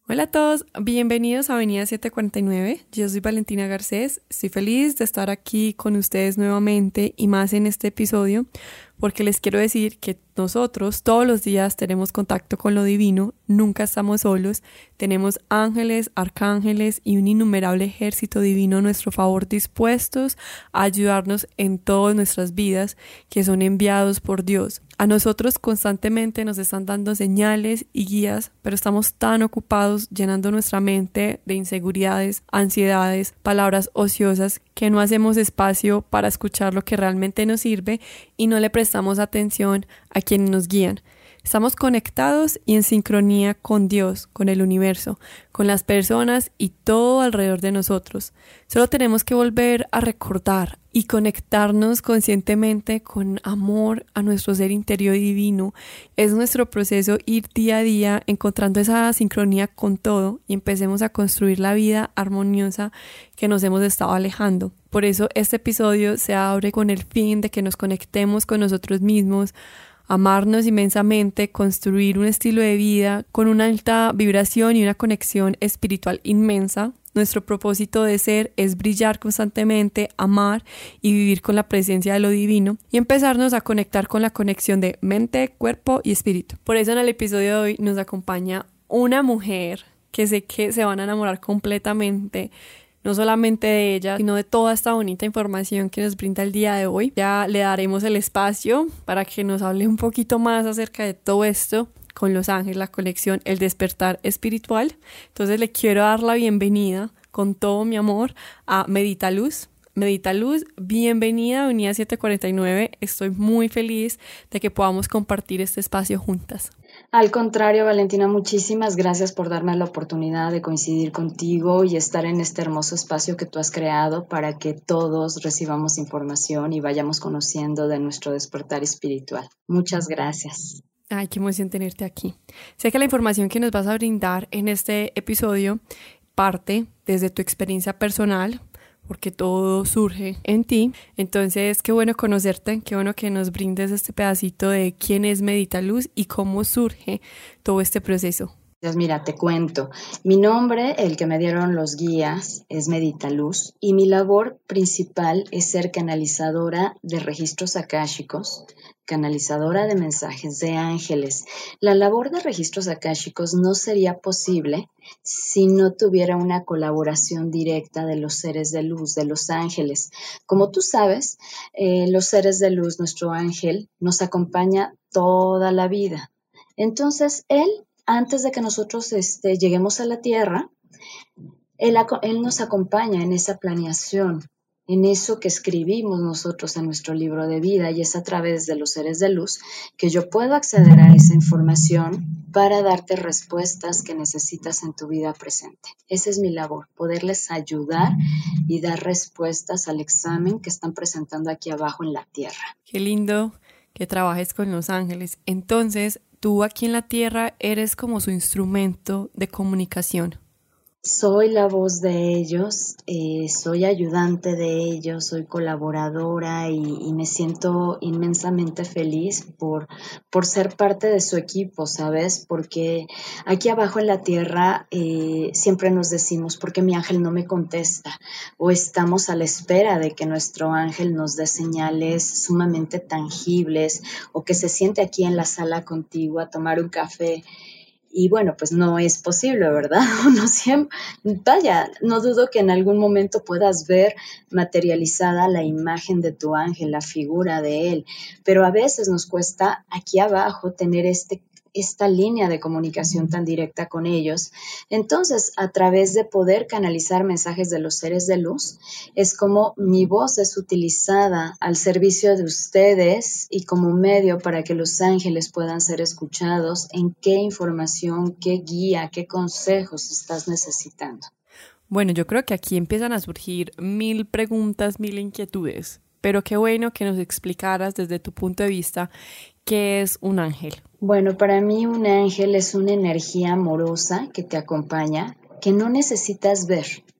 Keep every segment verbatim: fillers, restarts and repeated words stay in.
Hola a todos, bienvenidos a Avenida setecientos cuarenta y nueve. Yo soy Valentina Garcés. Estoy feliz de estar aquí con ustedes nuevamente y más en este episodio porque les quiero decir que nosotros todos los días tenemos contacto con lo divino, nunca estamos solos, tenemos ángeles, arcángeles y un innumerable ejército divino a nuestro favor dispuestos a ayudarnos en todas nuestras vidas que son enviados por Dios. A nosotros constantemente nos están dando señales y guías, pero estamos tan ocupados llenando nuestra mente de inseguridades, ansiedades, palabras ociosas que no hacemos espacio para escuchar lo que realmente nos sirve y no le prestamos atención a quienes nos guían. Estamos conectados y en sincronía con Dios, con el universo, con las personas y todo alrededor de nosotros. Solo tenemos que volver a recordar y conectarnos conscientemente con amor a nuestro ser interior divino. Es nuestro proceso ir día a día encontrando esa sincronía con todo y empecemos a construir la vida armoniosa que nos hemos estado alejando. Por eso este episodio se abre con el fin de que nos conectemos con nosotros mismos, amarnos inmensamente, construir un estilo de vida con una alta vibración y una conexión espiritual inmensa. Nuestro propósito de ser es brillar constantemente, amar y vivir con la presencia de lo divino y empezarnos a conectar con la conexión de mente, cuerpo y espíritu. Por eso en el episodio de hoy nos acompaña una mujer que sé que se van a enamorar completamente, no solamente de ella, sino de toda esta bonita información que nos brinda el día de hoy. Ya le daremos el espacio para que nos hable un poquito más acerca de todo esto con los ángeles, la conexión, el despertar espiritual. Entonces le quiero dar la bienvenida con todo mi amor a Medita Luz. Medita Luz, bienvenida a Avenida setecientos cuarenta y nueve. Estoy muy feliz de que podamos compartir este espacio juntas. Al contrario, Valentina, muchísimas gracias por darme la oportunidad de coincidir contigo y estar en este hermoso espacio que tú has creado para que todos recibamos información y vayamos conociendo de nuestro despertar espiritual. Muchas gracias. Ay, qué emoción tenerte aquí. Sé que la información que nos vas a brindar en este episodio parte desde tu experiencia personal, porque todo surge en ti. Entonces, qué bueno conocerte, qué bueno que nos brindes este pedacito de quién es Medita Luz y cómo surge todo este proceso. Mira, te cuento. Mi nombre, el que me dieron los guías, es Medita Luz y mi labor principal es ser canalizadora de registros akáshicos, canalizadora de mensajes de ángeles. La labor de registros akáshicos no sería posible si no tuviera una colaboración directa de los seres de luz, de los ángeles. Como tú sabes, eh, los seres de luz, nuestro ángel, nos acompaña toda la vida. Entonces, él, antes de que nosotros este, lleguemos a la Tierra, él, él nos acompaña en esa planeación, en eso que escribimos nosotros en nuestro libro de vida, y es a través de los seres de luz que yo puedo acceder a esa información para darte respuestas que necesitas en tu vida presente. Esa es mi labor, poderles ayudar y dar respuestas al examen que están presentando aquí abajo en la Tierra. Qué lindo que trabajes con los ángeles. Entonces, tú aquí en la Tierra eres como su instrumento de comunicación. Soy la voz de ellos, eh, soy ayudante de ellos, soy colaboradora y, y me siento inmensamente feliz por, por ser parte de su equipo, ¿sabes? Porque aquí abajo en la tierra eh, siempre nos decimos, ¿por qué mi ángel no me contesta? O estamos a la espera de que nuestro ángel nos dé señales sumamente tangibles o que se siente aquí en la sala contigo a tomar un café. Y bueno, pues no es posible, ¿verdad? No siempre, vaya, no dudo que en algún momento puedas ver materializada la imagen de tu ángel, la figura de él, pero a veces nos cuesta aquí abajo tener este esta línea de comunicación tan directa con ellos. Entonces, a través de poder canalizar mensajes de los seres de luz, es como mi voz es utilizada al servicio de ustedes y como medio para que los ángeles puedan ser escuchados en qué información, qué guía, qué consejos estás necesitando. Bueno, yo creo que aquí empiezan a surgir mil preguntas, mil inquietudes, pero qué bueno que nos explicaras desde tu punto de vista qué es un ángel. Bueno, para mí un ángel es una energía amorosa que te acompaña, que no necesitas ver.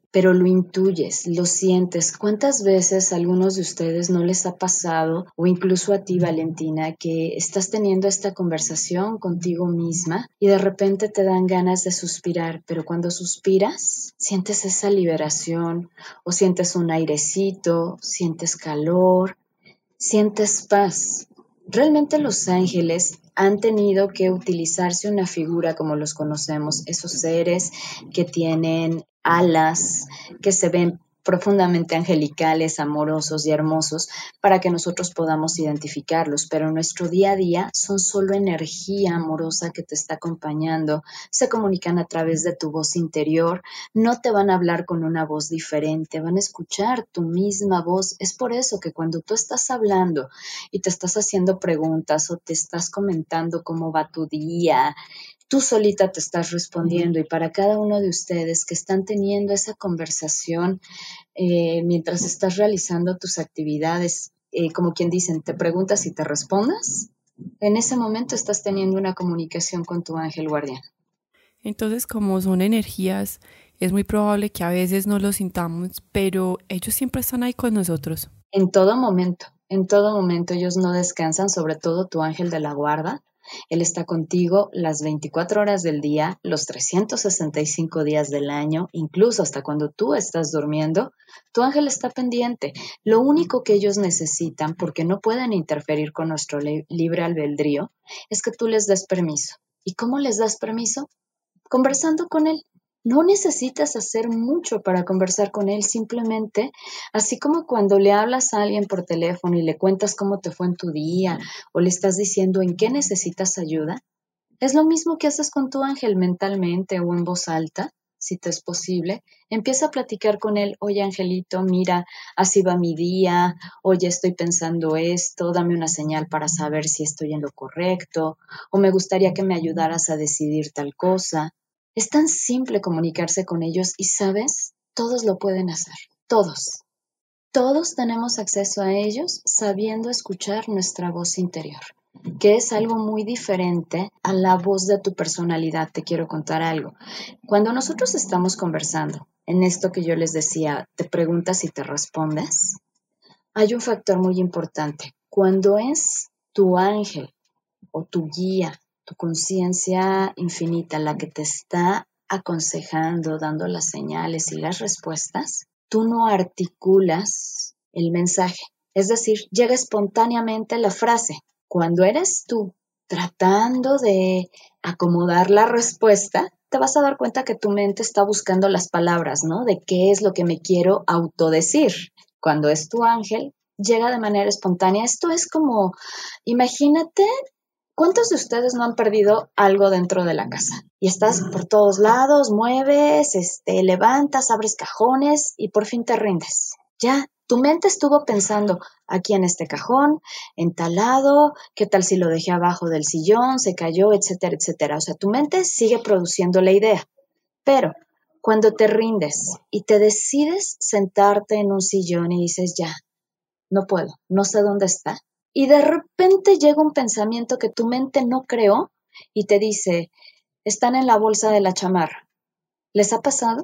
pero lo intuyes, lo sientes. ¿Cuántas veces a algunos de ustedes no les ha pasado, o incluso a ti, Valentina, que estás teniendo esta conversación contigo misma y de repente te dan ganas de suspirar, pero cuando suspiras sientes esa liberación o sientes un airecito, sientes calor, sientes paz? Realmente los ángeles han tenido que utilizarse una figura como los conocemos, esos seres que tienen alas, que se ven profundamente angelicales, amorosos y hermosos, para que nosotros podamos identificarlos, pero en nuestro día a día son solo energía amorosa que te está acompañando, se comunican a través de tu voz interior, no te van a hablar con una voz diferente, van a escuchar tu misma voz. Es por eso que cuando tú estás hablando y te estás haciendo preguntas o te estás comentando cómo va tu día, tú solita te estás respondiendo, y para cada uno de ustedes que están teniendo esa conversación eh, mientras estás realizando tus actividades, eh, como quien dicen, te preguntas y te respondas, en ese momento estás teniendo una comunicación con tu ángel guardián. Entonces, como son energías, es muy probable que a veces no lo sintamos, pero ellos siempre están ahí con nosotros. En todo momento, en todo momento ellos no descansan, sobre todo tu ángel de la guarda. Él está contigo las veinticuatro horas del día, los trescientos sesenta y cinco días del año, incluso hasta cuando tú estás durmiendo, tu ángel está pendiente. Lo único que ellos necesitan, porque no pueden interferir con nuestro li- libre albedrío, es que tú les des permiso. ¿Y cómo les das permiso? Conversando con él. No necesitas hacer mucho para conversar con él, simplemente, así como cuando le hablas a alguien por teléfono y le cuentas cómo te fue en tu día o le estás diciendo en qué necesitas ayuda, es lo mismo que haces con tu ángel mentalmente o en voz alta, si te es posible. Empieza a platicar con él: oye, angelito, mira, así va mi día, oye, estoy pensando esto, dame una señal para saber si estoy en lo correcto, o me gustaría que me ayudaras a decidir tal cosa. Es tan simple comunicarse con ellos y, ¿sabes? Todos lo pueden hacer, todos. Todos tenemos acceso a ellos sabiendo escuchar nuestra voz interior, que es algo muy diferente a la voz de tu personalidad. Te quiero contar algo. Cuando nosotros estamos conversando, en esto que yo les decía, te preguntas y te respondes, hay un factor muy importante. Cuando es tu ángel o tu guía, tu conciencia infinita, la que te está aconsejando, dando las señales y las respuestas, tú no articulas el mensaje. Es decir, llega espontáneamente la frase. Cuando eres tú tratando de acomodar la respuesta, te vas a dar cuenta que tu mente está buscando las palabras, ¿no? De qué es lo que me quiero autodecir. Cuando es tu ángel, llega de manera espontánea. Esto es como, imagínate, ¿cuántos de ustedes no han perdido algo dentro de la casa? Y estás por todos lados, mueves, este, levantas, abres cajones y por fin te rindes. Ya, tu mente estuvo pensando: aquí en este cajón, en tal lado, ¿qué tal si lo dejé abajo del sillón, se cayó, etcétera, etcétera? O sea, tu mente sigue produciendo la idea. Pero cuando te rindes y te decides sentarte en un sillón y dices: ya, no puedo, no sé dónde está, y de repente llega un pensamiento que tu mente no creó y te dice: están en la bolsa de la chamarra. ¿Les ha pasado?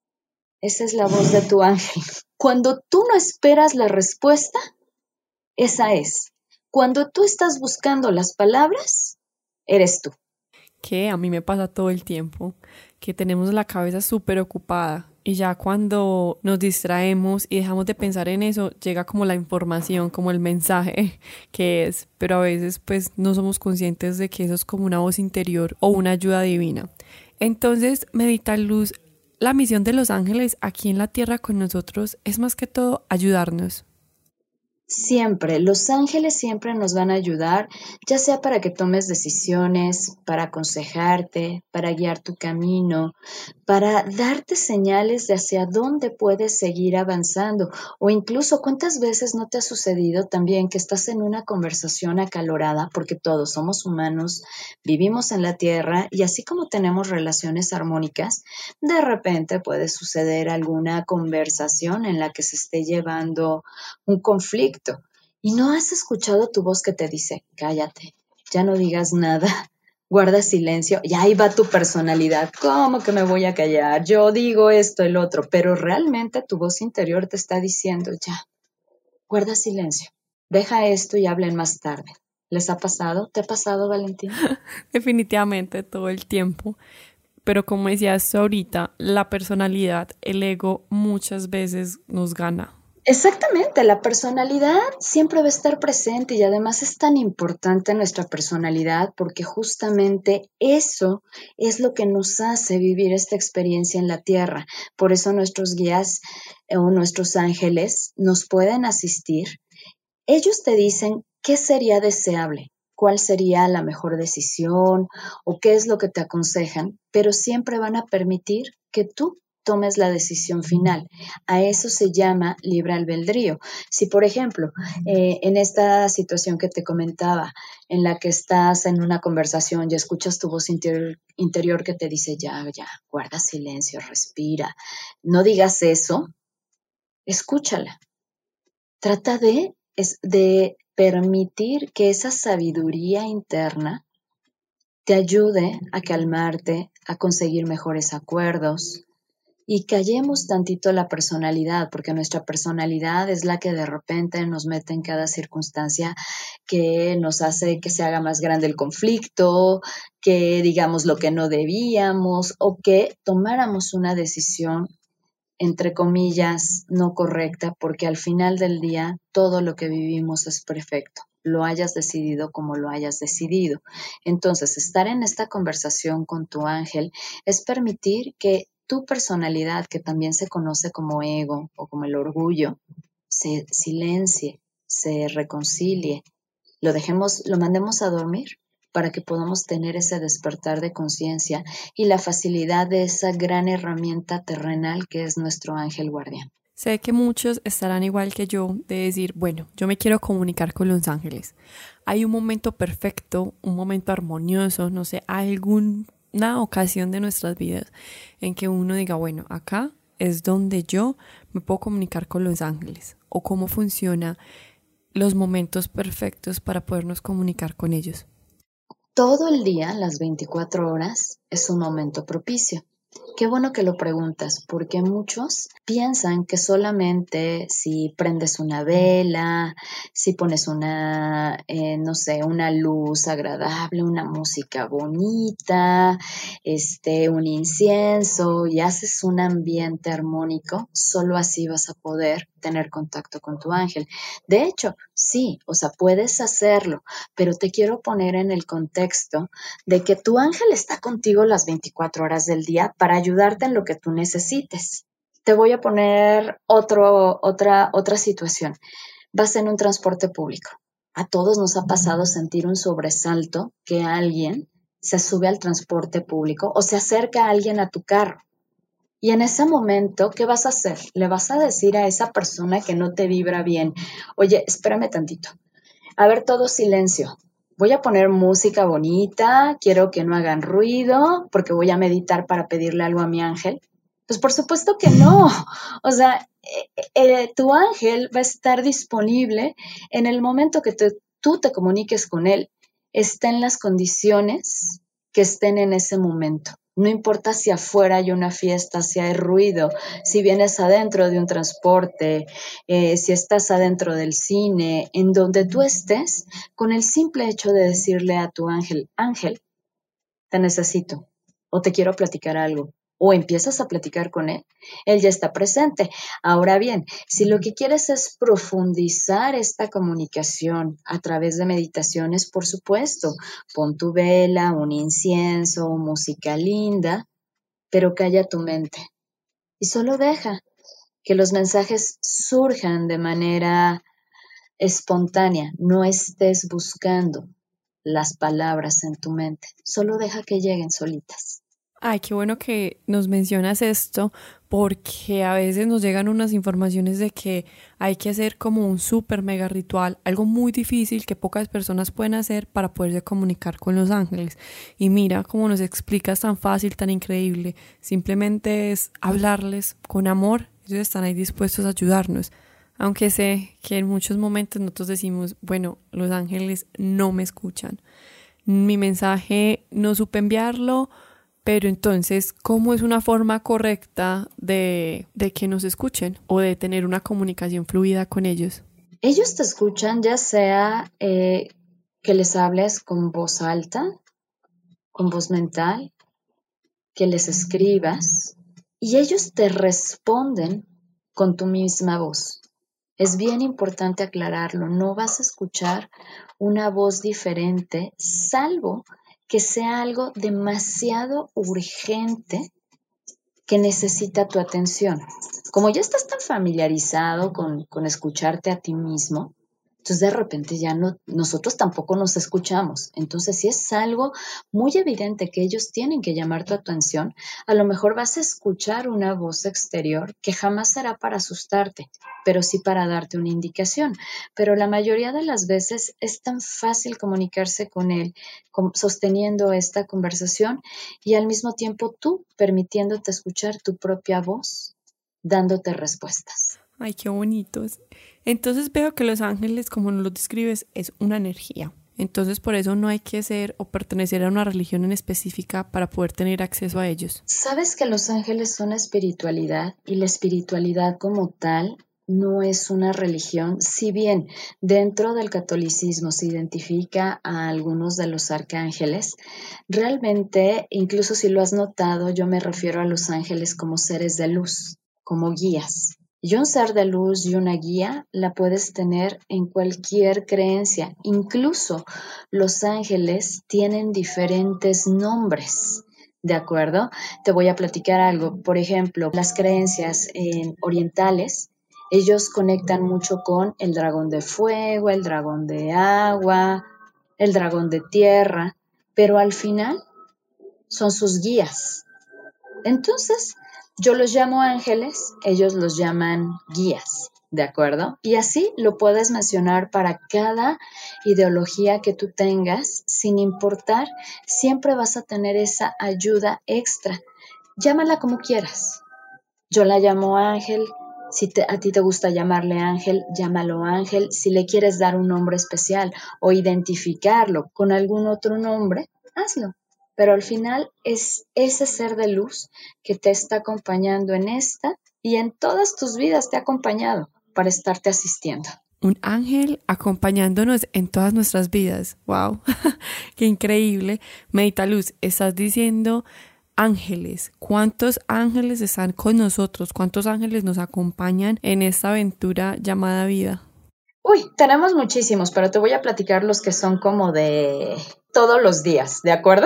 Esa es la voz de tu ángel. Cuando tú no esperas la respuesta, esa es. Cuando tú estás buscando las palabras, eres tú. Que a mí me pasa todo el tiempo, que tenemos la cabeza súper ocupada y ya cuando nos distraemos y dejamos de pensar en eso, llega como la información, como el mensaje que es, pero a veces pues no somos conscientes de que eso es como una voz interior o una ayuda divina. Entonces, Medita Luz, la misión de los ángeles aquí en la tierra con nosotros es más que todo ayudarnos. Siempre, los ángeles siempre nos van a ayudar, ya sea para que tomes decisiones, para aconsejarte, para guiar tu camino, para darte señales de hacia dónde puedes seguir avanzando. O incluso, ¿cuántas veces no te ha sucedido también que estás en una conversación acalorada? Porque todos somos humanos, vivimos en la tierra y así como tenemos relaciones armónicas, de repente puede suceder alguna conversación en la que se esté llevando un conflicto y no has escuchado tu voz que te dice: cállate, ya no digas nada, guarda silencio y ahí va tu personalidad. ¿Cómo que me voy a callar? Yo digo esto, el otro, pero realmente tu voz interior te está diciendo, ya, guarda silencio, deja esto y hablen más tarde. ¿Les ha pasado? ¿Te ha pasado, Valentina? Definitivamente todo el tiempo. Pero como decías ahorita, la personalidad, el ego muchas veces nos gana. Exactamente, la personalidad siempre va a estar presente y además es tan importante nuestra personalidad porque justamente eso es lo que nos hace vivir esta experiencia en la tierra. Por eso nuestros guías eh, o nuestros ángeles nos pueden asistir. Ellos te dicen qué sería deseable, cuál sería la mejor decisión o qué es lo que te aconsejan, pero siempre van a permitir que tú tomes la decisión final. A eso se llama libre albedrío. Si, por ejemplo, eh, en esta situación que te comentaba, en la que estás en una conversación y escuchas tu voz interior, interior que te dice, ya, ya, guarda silencio, respira, no digas eso, escúchala. Trata de, es, de permitir que esa sabiduría interna te ayude a calmarte, a conseguir mejores acuerdos, y callemos tantito la personalidad, porque nuestra personalidad es la que de repente nos mete en cada circunstancia que nos hace que se haga más grande el conflicto, que digamos lo que no debíamos o que tomáramos una decisión, entre comillas, no correcta, porque al final del día todo lo que vivimos es perfecto, lo hayas decidido como lo hayas decidido. Entonces, estar en esta conversación con tu ángel es permitir que tu personalidad, que también se conoce como ego o como el orgullo, se silencie, se reconcilie, lo dejemos, lo mandemos a dormir para que podamos tener ese despertar de conciencia y la facilidad de esa gran herramienta terrenal que es nuestro ángel guardián. Sé que muchos estarán igual que yo de decir, bueno, yo me quiero comunicar con los ángeles. Hay un momento perfecto, un momento armonioso, no sé, algún una ocasión de nuestras vidas en que uno diga, bueno, acá es donde yo me puedo comunicar con los ángeles, o cómo funciona los momentos perfectos para podernos comunicar con ellos. Todo el día, las veinticuatro horas, es un momento propicio. Qué bueno que lo preguntas, porque muchos piensan que solamente si prendes una vela, si pones una, eh, no sé, una luz agradable, una música bonita, este, un incienso y haces un ambiente armónico, solo así vas a poder tener contacto con tu ángel. De hecho, sí, o sea, puedes hacerlo, pero te quiero poner en el contexto de que tu ángel está contigo las veinticuatro horas del día para ayudarte en lo que tú necesites. Te voy a poner otro, otra, otra situación. Vas en un transporte público. A todos nos ha pasado sentir un sobresalto que alguien se sube al transporte público o se acerca a alguien a tu carro. Y en ese momento, ¿qué vas a hacer? Le vas a decir a esa persona que no te vibra bien, oye, espérame tantito. A ver, todo silencio. Voy a poner música bonita, quiero que no hagan ruido, porque voy a meditar para pedirle algo a mi ángel. Pues por supuesto que no. O sea, eh, eh, tu ángel va a estar disponible en el momento que te, tú te comuniques con él. Está en las condiciones que estén en ese momento. No importa si afuera hay una fiesta, si hay ruido, si vienes adentro de un transporte, eh, si estás adentro del cine, en donde tú estés, con el simple hecho de decirle a tu ángel, ángel, te necesito o te quiero platicar algo, o empiezas a platicar con él, él ya está presente. Ahora bien, si lo que quieres es profundizar esta comunicación a través de meditaciones, por supuesto, pon tu vela, un incienso, música linda, pero calla tu mente y solo deja que los mensajes surjan de manera espontánea, no estés buscando las palabras en tu mente, solo deja que lleguen solitas. Ay, qué bueno que nos mencionas esto, porque a veces nos llegan unas informaciones de que hay que hacer como un súper mega ritual, algo muy difícil que pocas personas pueden hacer para poderse comunicar con los ángeles. Y mira cómo nos explicas tan fácil, tan increíble. Simplemente es hablarles con amor, ellos están ahí dispuestos a ayudarnos. Aunque sé que en muchos momentos nosotros decimos, bueno, los ángeles no me escuchan. mi mensaje no supe enviarlo, pero entonces, ¿cómo es una forma correcta de, de que nos escuchen o de tener una comunicación fluida con ellos? Ellos te escuchan ya sea eh, que les hables con voz alta, con voz mental, que les escribas y ellos te responden con tu misma voz. Es bien importante aclararlo, no vas a escuchar una voz diferente, salvo que sea algo demasiado urgente que necesita tu atención. Como ya estás tan familiarizado con, con escucharte a ti mismo, entonces de repente ya no, nosotros tampoco nos escuchamos. Entonces si es algo muy evidente que ellos tienen que llamar tu atención, a lo mejor vas a escuchar una voz exterior que jamás será para asustarte, pero sí para darte una indicación. Pero la mayoría de las veces es tan fácil comunicarse con él, con, sosteniendo esta conversación y al mismo tiempo tú permitiéndote escuchar tu propia voz, dándote respuestas. Ay, qué bonitos. Entonces veo que los ángeles, como nos los describes, es una energía. Entonces por eso no hay que ser o pertenecer a una religión en específica para poder tener acceso a ellos. Sabes que los ángeles son espiritualidad y la espiritualidad como tal no es una religión, si bien dentro del catolicismo se identifica a algunos de los arcángeles, realmente, incluso si lo has notado, yo me refiero a los ángeles como seres de luz, como guías. Y un ser de luz y una guía la puedes tener en cualquier creencia. Incluso los ángeles tienen diferentes nombres. ¿De acuerdo? Te voy a platicar algo. Por ejemplo, las creencias eh, orientales, ellos conectan mucho con el dragón de fuego, el dragón de agua, el dragón de tierra, pero al final son sus guías. Entonces, yo los llamo ángeles, ellos los llaman guías, ¿de acuerdo? Y así lo puedes mencionar para cada ideología que tú tengas, sin importar, siempre vas a tener esa ayuda extra. Llámala como quieras. Yo la llamo ángel. Si te, a ti te gusta llamarle ángel, llámalo ángel. Si le quieres dar un nombre especial o identificarlo con algún otro nombre, hazlo. Pero al final es ese ser de luz que te está acompañando en esta y en todas tus vidas te ha acompañado para estarte asistiendo. Un ángel acompañándonos en todas nuestras vidas. ¡Wow! ¡Qué increíble! Medita Luz, estás diciendo ángeles. ¿Cuántos ángeles están con nosotros? ¿Cuántos ángeles nos acompañan en esta aventura llamada vida? Uy, tenemos muchísimos, pero te voy a platicar los que son como de todos los días, ¿de acuerdo?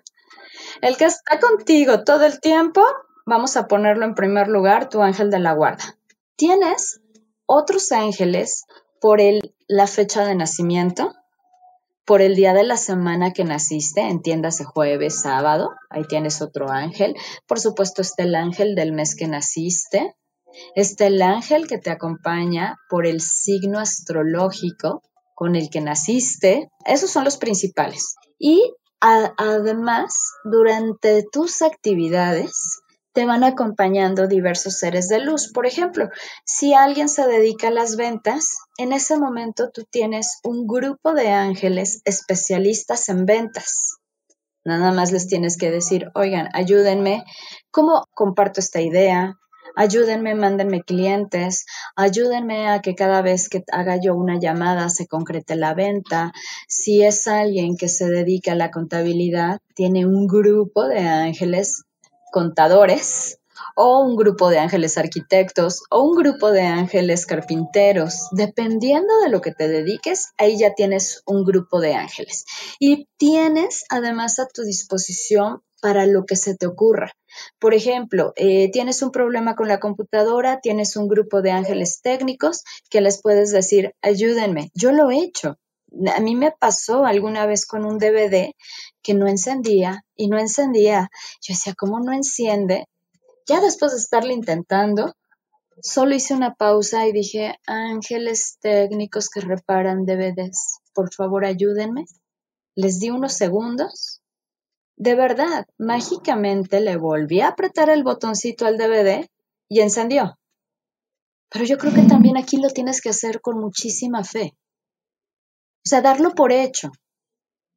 El que está contigo todo el tiempo, vamos a ponerlo en primer lugar, tu ángel de la guarda. Tienes otros ángeles por el, la fecha de nacimiento, por el día de la semana que naciste, entiéndase jueves, sábado, ahí tienes otro ángel. Por supuesto está el ángel del mes que naciste, está el ángel que te acompaña por el signo astrológico con el que naciste. Esos son los principales. Y a, además, durante tus actividades, te van acompañando diversos seres de luz. Por ejemplo, si alguien se dedica a las ventas, en ese momento tú tienes un grupo de ángeles especialistas en ventas. Nada más les tienes que decir, oigan, ayúdenme, ¿cómo comparto esta idea? Ayúdenme, mándenme clientes, ayúdenme a que cada vez que haga yo una llamada se concrete la venta. Si es alguien que se dedica a la contabilidad, tiene un grupo de ángeles contadores o un grupo de ángeles arquitectos o un grupo de ángeles carpinteros. Dependiendo de lo que te dediques, ahí ya tienes un grupo de ángeles. Y tienes además a tu disposición para lo que se te ocurra. Por ejemplo, eh, tienes un problema con la computadora, tienes un grupo de ángeles técnicos que les puedes decir, ayúdenme. Yo lo he hecho. A mí me pasó alguna vez con un D V D que no encendía y no encendía. Yo decía, ¿cómo no enciende? Ya después de estarle intentando, solo hice una pausa y dije, ángeles técnicos que reparan D V Ds, por favor ayúdenme. Les di unos segundos. De verdad, mágicamente le volví a apretar el botoncito al D V D y encendió. Pero yo creo que también aquí lo tienes que hacer con muchísima fe. O sea, darlo por hecho.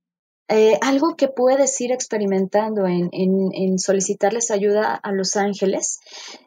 Eh, algo que puedes ir experimentando en, en, en solicitarles ayuda a los ángeles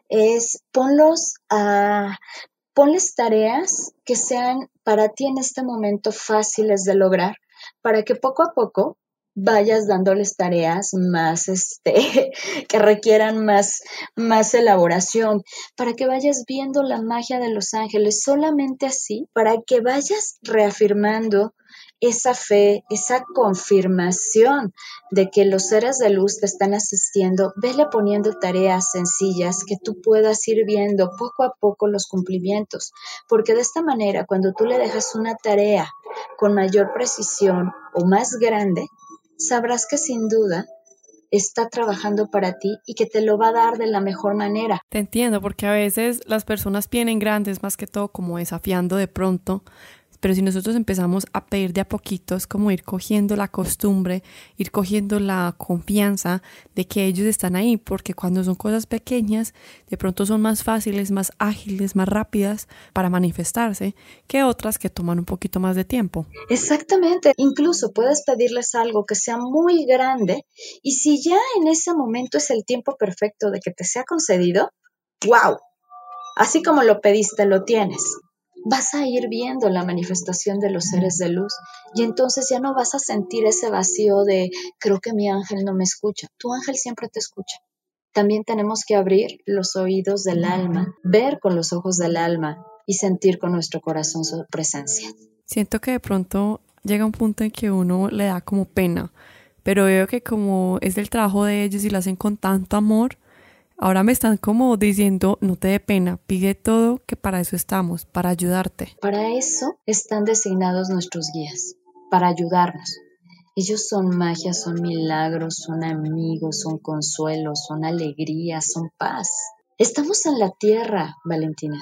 es ponlos a, ponles tareas que sean para ti en este momento fáciles de lograr, para que poco a poco vayas dándoles tareas más, este, que requieran más, más elaboración, para que vayas viendo la magia de los ángeles, solamente así, para que vayas reafirmando esa fe, esa confirmación de que los seres de luz te están asistiendo. Vele poniendo tareas sencillas que tú puedas ir viendo poco a poco los cumplimientos, porque de esta manera, cuando tú le dejas una tarea con mayor precisión o más grande, sabrás que sin duda está trabajando para ti y que te lo va a dar de la mejor manera. Te entiendo, porque a veces las personas vienen grandes, más que todo como desafiando de pronto, pero si nosotros empezamos a pedir de a poquitos, como ir cogiendo la costumbre, ir cogiendo la confianza de que ellos están ahí, porque cuando son cosas pequeñas, de pronto son más fáciles, más ágiles, más rápidas para manifestarse que otras que toman un poquito más de tiempo. Exactamente, incluso puedes pedirles algo que sea muy grande y si ya en ese momento es el tiempo perfecto de que te sea concedido, ¡wow! Así como lo pediste, lo tienes. Vas a ir viendo la manifestación de los seres de luz y entonces ya no vas a sentir ese vacío de creo que mi ángel no me escucha. Tu ángel siempre te escucha. También tenemos que abrir los oídos del alma, ver con los ojos del alma y sentir con nuestro corazón su presencia. Siento que de pronto llega un punto en que uno le da como pena, pero veo que como es el trabajo de ellos y lo hacen con tanto amor, ahora me están como diciendo, no te dé pena, pide todo, que para eso estamos, para ayudarte. Para eso están designados nuestros guías, para ayudarnos. Ellos son magia, son milagros, son amigos, son consuelo, son alegría, son paz. Estamos en la tierra, Valentina,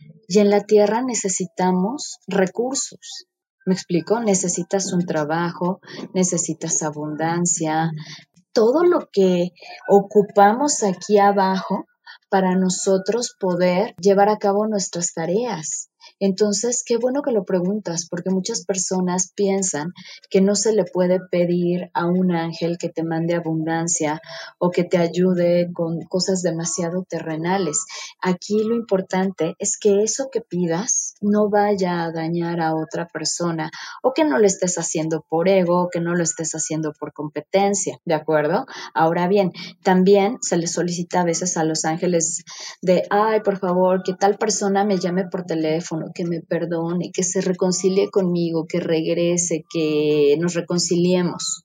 y en la tierra necesitamos recursos. ¿Me explico? Necesitas un trabajo, necesitas abundancia, todo lo que ocupamos aquí abajo para nosotros poder llevar a cabo nuestras tareas. Entonces, qué bueno que lo preguntas, porque muchas personas piensan que no se le puede pedir a un ángel que te mande abundancia o que te ayude con cosas demasiado terrenales. Aquí lo importante es que eso que pidas no vaya a dañar a otra persona o que no lo estés haciendo por ego o que no lo estés haciendo por competencia, ¿de acuerdo? Ahora bien, también se les solicita a veces a los ángeles de, ay, por favor, que tal persona me llame por teléfono, que me perdone, que se reconcilie conmigo, que regrese, que nos reconciliemos.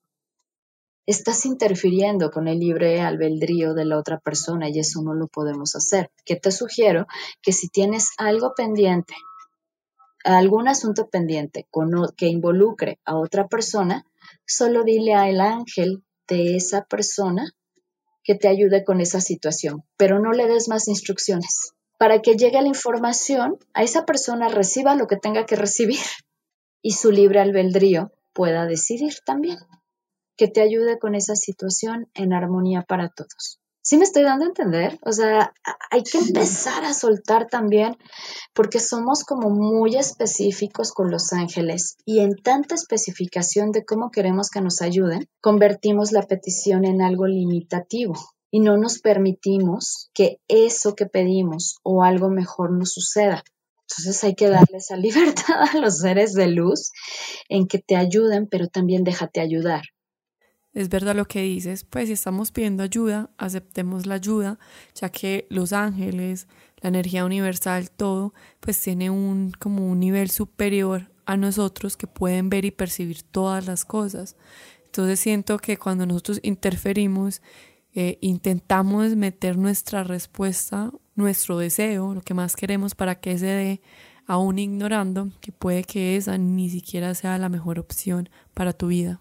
Estás interfiriendo con el libre albedrío de la otra persona y eso no lo podemos hacer. ¿Qué te sugiero? Que si tienes algo pendiente, algún asunto pendiente con, que involucre a otra persona, solo dile al ángel de esa persona que te ayude con esa situación, pero no le des más instrucciones. Para que llegue la información, a esa persona reciba lo que tenga que recibir y su libre albedrío pueda decidir también, que te ayude con esa situación en armonía para todos. ¿Sí me estoy dando a entender? O sea, hay que empezar a soltar también, porque somos como muy específicos con los ángeles y en tanta especificación de cómo queremos que nos ayuden, convertimos la petición en algo limitativo y no nos permitimos que eso que pedimos o algo mejor nos suceda. Entonces hay que darle esa libertad a los seres de luz en que te ayuden, pero también déjate ayudar. Es verdad lo que dices, pues si estamos pidiendo ayuda, aceptemos la ayuda, ya que los ángeles, la energía universal, todo, pues tiene un como un nivel superior a nosotros que pueden ver y percibir todas las cosas. Entonces siento que cuando nosotros interferimos, eh, intentamos meter nuestra respuesta, nuestro deseo, lo que más queremos para que se dé, aún ignorando que puede que esa ni siquiera sea la mejor opción para tu vida.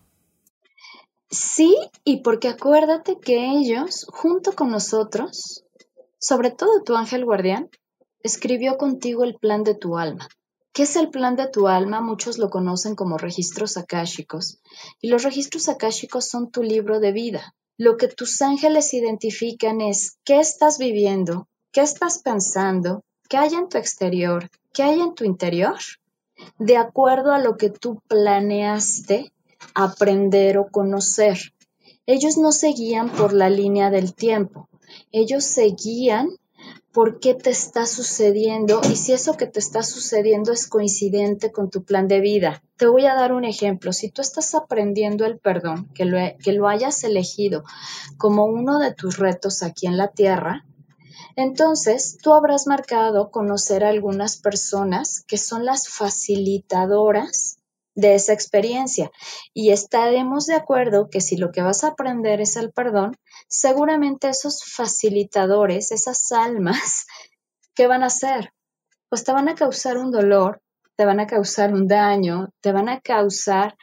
Sí, y porque acuérdate que ellos, junto con nosotros, sobre todo tu ángel guardián, escribió contigo el plan de tu alma. ¿Qué es el plan de tu alma? Muchos lo conocen como registros akáshicos. Y los registros akáshicos son tu libro de vida. Lo que tus ángeles identifican es qué estás viviendo, qué estás pensando, qué hay en tu exterior, qué hay en tu interior, de acuerdo a lo que tú planeaste aprender o conocer. Ellos no se guían por la línea del tiempo, ellos se guían por qué te está sucediendo y si eso que te está sucediendo es coincidente con tu plan de vida. Te voy a dar un ejemplo. Si tú estás aprendiendo el perdón, que lo, que lo hayas elegido como uno de tus retos aquí en la tierra, entonces tú habrás marcado conocer a algunas personas que son las facilitadoras de esa experiencia y estaremos de acuerdo que si lo que vas a aprender es el perdón, seguramente esos facilitadores, esas almas, ¿qué van a hacer? Pues te van a causar un dolor, te van a causar un daño, te van a causar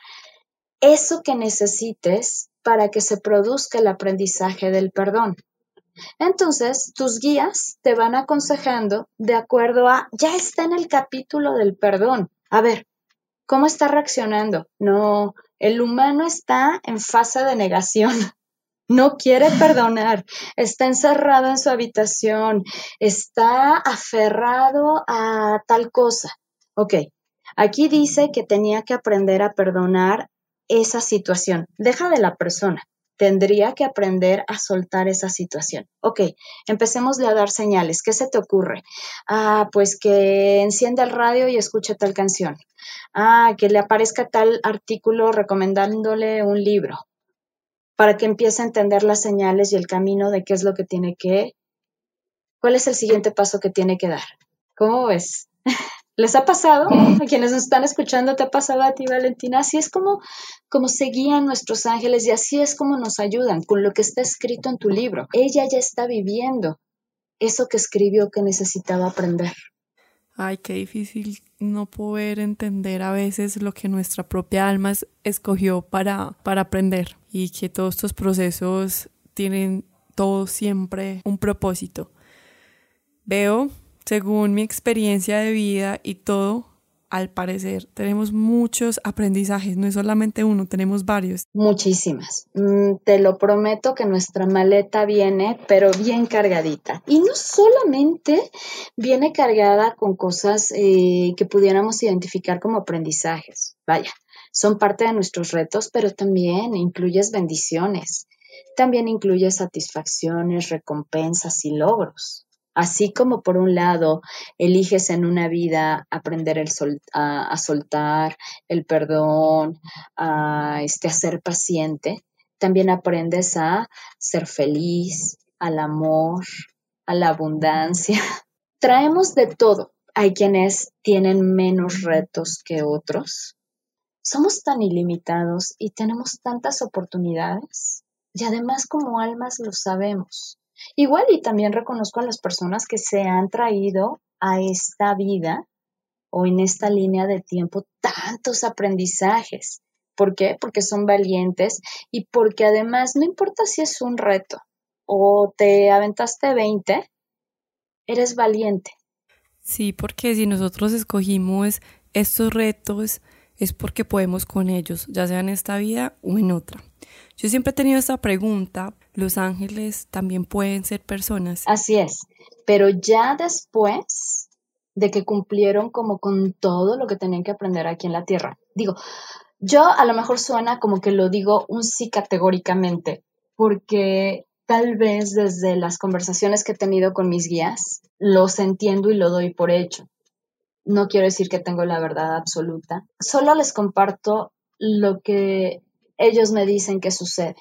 eso que necesites para que se produzca el aprendizaje del perdón. Entonces, tus guías te van aconsejando de acuerdo a, ya está en el capítulo del perdón. A ver, ¿cómo está reaccionando? No, el humano está en fase de negación. No quiere perdonar, está encerrado en su habitación, está aferrado a tal cosa. Ok, aquí dice que tenía que aprender a perdonar esa situación. Deja de la persona. Tendría que aprender a soltar esa situación. Ok, empecémosle a dar señales. ¿Qué se te ocurre? Ah, pues que encienda el radio y escuche tal canción. Ah, que le aparezca tal artículo recomendándole un libro para que empiece a entender las señales y el camino de qué es lo que tiene que, cuál es el siguiente paso que tiene que dar. ¿Cómo ves? ¿Les ha pasado? A quienes nos están escuchando, ¿te ha pasado a ti, Valentina? Así es como, como se guían nuestros ángeles y así es como nos ayudan con lo que está escrito en tu libro. Ella ya está viviendo eso que escribió que necesitaba aprender. Ay, qué difícil no poder entender a veces lo que nuestra propia alma escogió para, para aprender y que todos estos procesos tienen todo siempre un propósito. Veo, según mi experiencia de vida y todo, al parecer tenemos muchos aprendizajes, no es solamente uno, tenemos varios. Muchísimas. Mm, te lo prometo que nuestra maleta viene, pero bien cargadita. Y no solamente viene cargada con cosas eh, que pudiéramos identificar como aprendizajes. Vaya, son parte de nuestros retos, pero también incluyes bendiciones. También incluye satisfacciones, recompensas y logros. Así como por un lado eliges en una vida aprender el sol, a, a soltar, el perdón, a, este, a ser paciente, también aprendes a ser feliz, al amor, a la abundancia. Traemos de todo. Hay quienes tienen menos retos que otros. Somos tan ilimitados y tenemos tantas oportunidades. Y además como almas lo sabemos. Igual y también reconozco a las personas que se han traído a esta vida o en esta línea de tiempo tantos aprendizajes. ¿Por qué? Porque son valientes y porque además no importa si es un reto o te aventaste veinte, eres valiente. Sí, porque si nosotros escogimos estos retos es porque podemos con ellos, ya sea en esta vida o en otra. Yo siempre he tenido esta pregunta, ¿los ángeles también pueden ser personas? Así es, pero ya después de que cumplieron como con todo lo que tenían que aprender aquí en la tierra. Digo, yo a lo mejor suena como que lo digo un sí categóricamente, porque tal vez desde las conversaciones que he tenido con mis guías, los entiendo y lo doy por hecho. No quiero decir que tengo la verdad absoluta, solo les comparto lo que ellos me dicen que sucede.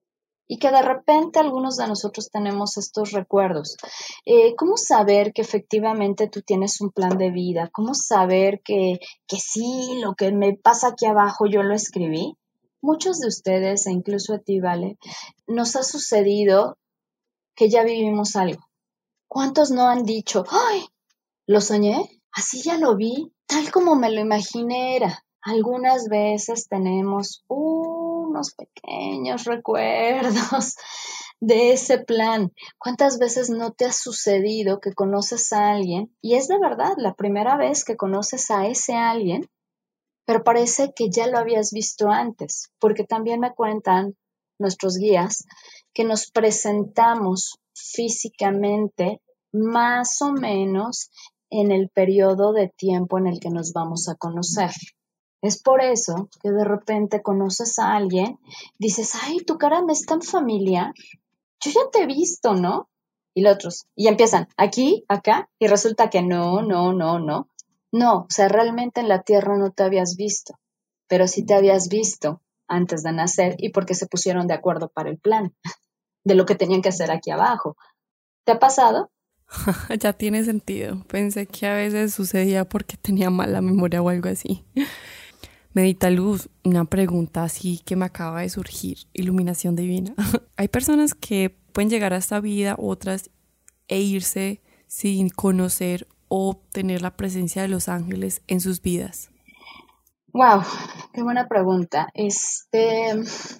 Y que de repente algunos de nosotros tenemos estos recuerdos. Eh, ¿Cómo saber que efectivamente tú tienes un plan de vida? ¿Cómo saber que, que sí, lo que me pasa aquí abajo yo lo escribí? Muchos de ustedes, e incluso a ti, Vale, nos ha sucedido que ya vivimos algo. ¿Cuántos no han dicho, ¡ay! ¿Lo soñé? Así ya lo vi, tal como me lo imaginé era. Algunas veces tenemos unos pequeños recuerdos de ese plan. ¿Cuántas veces no te ha sucedido que conoces a alguien y es de verdad la primera vez que conoces a ese alguien, pero parece que ya lo habías visto antes? Porque también me cuentan nuestros guías que nos presentamos físicamente más o menos en el periodo de tiempo en el que nos vamos a conocer. Es por eso que de repente conoces a alguien, dices, ay, tu cara me es tan familiar, yo ya te he visto, ¿no? Y los otros, y empiezan, aquí, acá, y resulta que no, no, no, no. No, o sea, realmente en la tierra no te habías visto, pero sí te habías visto antes de nacer y porque se pusieron de acuerdo para el plan de lo que tenían que hacer aquí abajo. ¿Te ha pasado? Ya tiene sentido. Pensé que a veces sucedía porque tenía mala memoria o algo así. Medita Luz, una pregunta así que me acaba de surgir. Iluminación divina. Hay personas que pueden llegar a esta vida, otras e irse sin conocer o tener la presencia de los ángeles en sus vidas. Wow, qué buena pregunta. Este,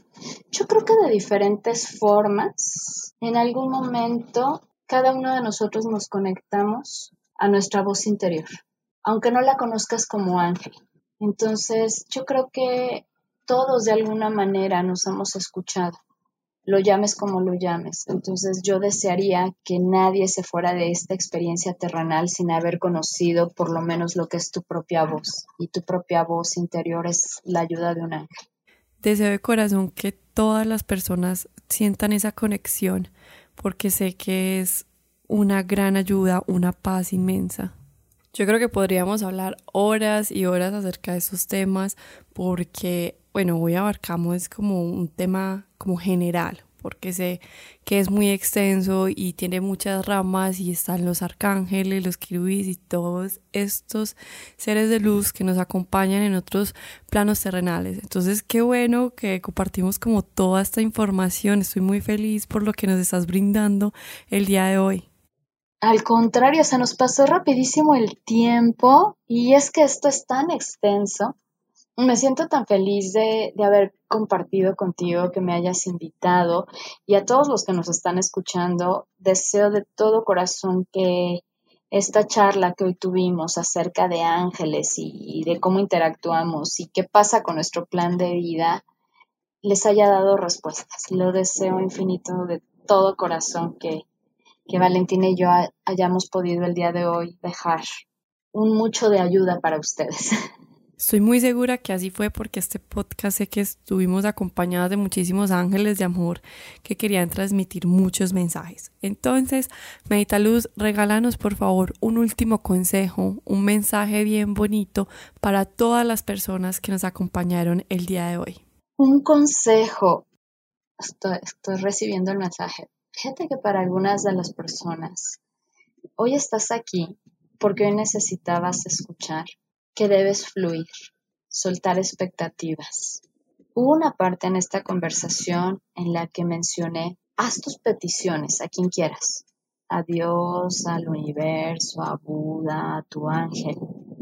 yo creo que de diferentes formas, en algún momento, cada uno de nosotros nos conectamos a nuestra voz interior, aunque no la conozcas como ángel. Entonces, yo creo que todos de alguna manera nos hemos escuchado, lo llames como lo llames. Entonces, yo desearía que nadie se fuera de esta experiencia terrenal sin haber conocido por lo menos lo que es tu propia voz. Y tu propia voz interior es la ayuda de un ángel. Deseo de corazón que todas las personas sientan esa conexión, porque sé que es una gran ayuda, una paz inmensa. Yo creo que podríamos hablar horas y horas acerca de esos temas porque, bueno, hoy abarcamos como un tema como general, porque sé que es muy extenso y tiene muchas ramas y están los arcángeles, los querubís y todos estos seres de luz que nos acompañan en otros planos terrenales. Entonces, qué bueno que compartimos como toda esta información. Estoy muy feliz por lo que nos estás brindando el día de hoy. Al contrario, se nos pasó rapidísimo el tiempo y es que esto es tan extenso. Me siento tan feliz de, de haber compartido contigo, que me hayas invitado y a todos los que nos están escuchando, deseo de todo corazón que esta charla que hoy tuvimos acerca de ángeles y, y de cómo interactuamos y qué pasa con nuestro plan de vida, les haya dado respuestas. Lo deseo infinito de todo corazón que que Valentina y yo hayamos podido el día de hoy dejar un mucho de ayuda para ustedes. Estoy muy segura que así fue porque este podcast sé que estuvimos acompañados de muchísimos ángeles de amor que querían transmitir muchos mensajes. Entonces, Medita Luz, regálanos por favor un último consejo, un mensaje bien bonito para todas las personas que nos acompañaron el día de hoy. Un consejo. Estoy, estoy recibiendo el mensaje. Fíjate que para algunas de las personas, hoy estás aquí porque hoy necesitabas escuchar que debes fluir, soltar expectativas. Hubo una parte en esta conversación en la que mencioné, haz tus peticiones a quien quieras, a Dios, al universo, a Buda, a tu ángel,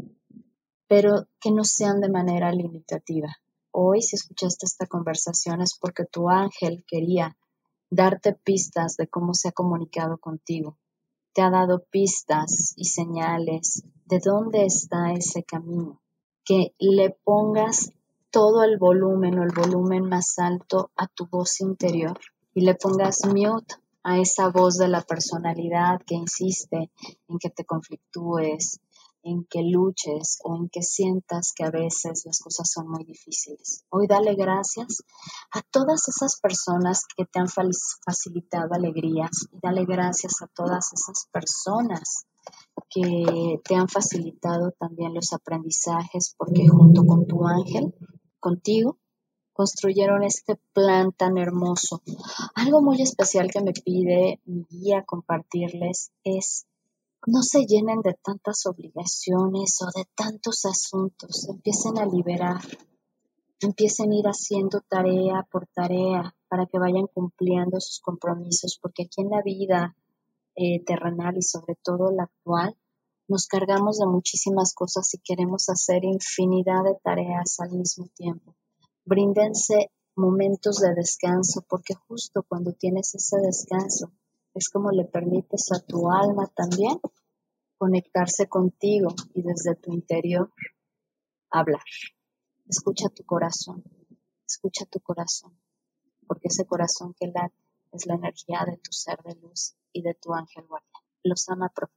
pero que no sean de manera limitativa. Hoy, si escuchaste esta conversación, es porque tu ángel quería darte pistas de cómo se ha comunicado contigo. Te ha dado pistas y señales de dónde está ese camino. Que le pongas todo el volumen o el volumen más alto a tu voz interior y le pongas mute a esa voz de la personalidad que insiste en que te conflictúes, en que luches o en que sientas que a veces las cosas son muy difíciles. Hoy dale gracias a todas esas personas que te han facilitado alegrías y dale gracias a todas esas personas que te han facilitado también los aprendizajes porque junto con tu ángel, contigo, construyeron este plan tan hermoso. Algo muy especial que me pide mi guía compartirles es no se llenen de tantas obligaciones o de tantos asuntos, empiecen a liberar, empiecen a ir haciendo tarea por tarea para que vayan cumpliendo sus compromisos, porque aquí en la vida eh, terrenal y sobre todo la actual, nos cargamos de muchísimas cosas y queremos hacer infinidad de tareas al mismo tiempo. Bríndense momentos de descanso, porque justo cuando tienes ese descanso es como le permites a tu alma también conectarse contigo y desde tu interior hablar. Escucha tu corazón, escucha tu corazón, porque ese corazón que late es la energía de tu ser de luz y de tu ángel guardián. Los ama profundamente.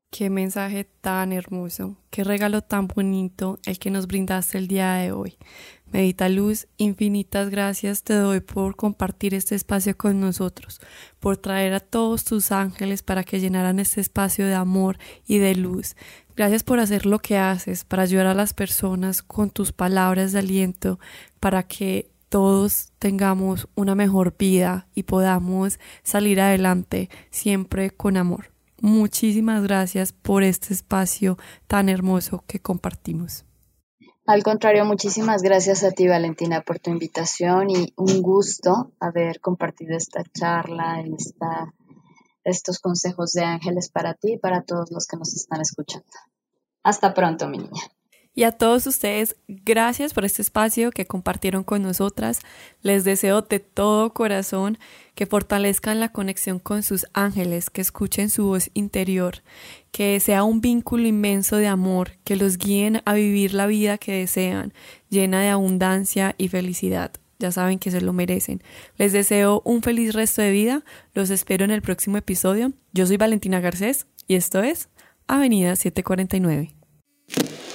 Qué mensaje tan hermoso, qué regalo tan bonito el que nos brindaste el día de hoy. Medita Luz, infinitas gracias te doy por compartir este espacio con nosotros, por traer a todos tus ángeles para que llenaran este espacio de amor y de luz. Gracias por hacer lo que haces, para ayudar a las personas con tus palabras de aliento, para que todos tengamos una mejor vida y podamos salir adelante siempre con amor. Muchísimas gracias por este espacio tan hermoso que compartimos. Al contrario, muchísimas gracias a ti, Valentina, por tu invitación y un gusto haber compartido esta charla, esta, estos consejos de ángeles para ti y para todos los que nos están escuchando. Hasta pronto, mi niña. Y a todos ustedes, gracias por este espacio que compartieron con nosotras. Les deseo de todo corazón que fortalezcan la conexión con sus ángeles, que escuchen su voz interior, que sea un vínculo inmenso de amor, que los guíen a vivir la vida que desean, llena de abundancia y felicidad. Ya saben que se lo merecen. Les deseo un feliz resto de vida. Los espero en el próximo episodio. Yo soy Valentina Garcés y esto es Avenida setecientos cuarenta y nueve.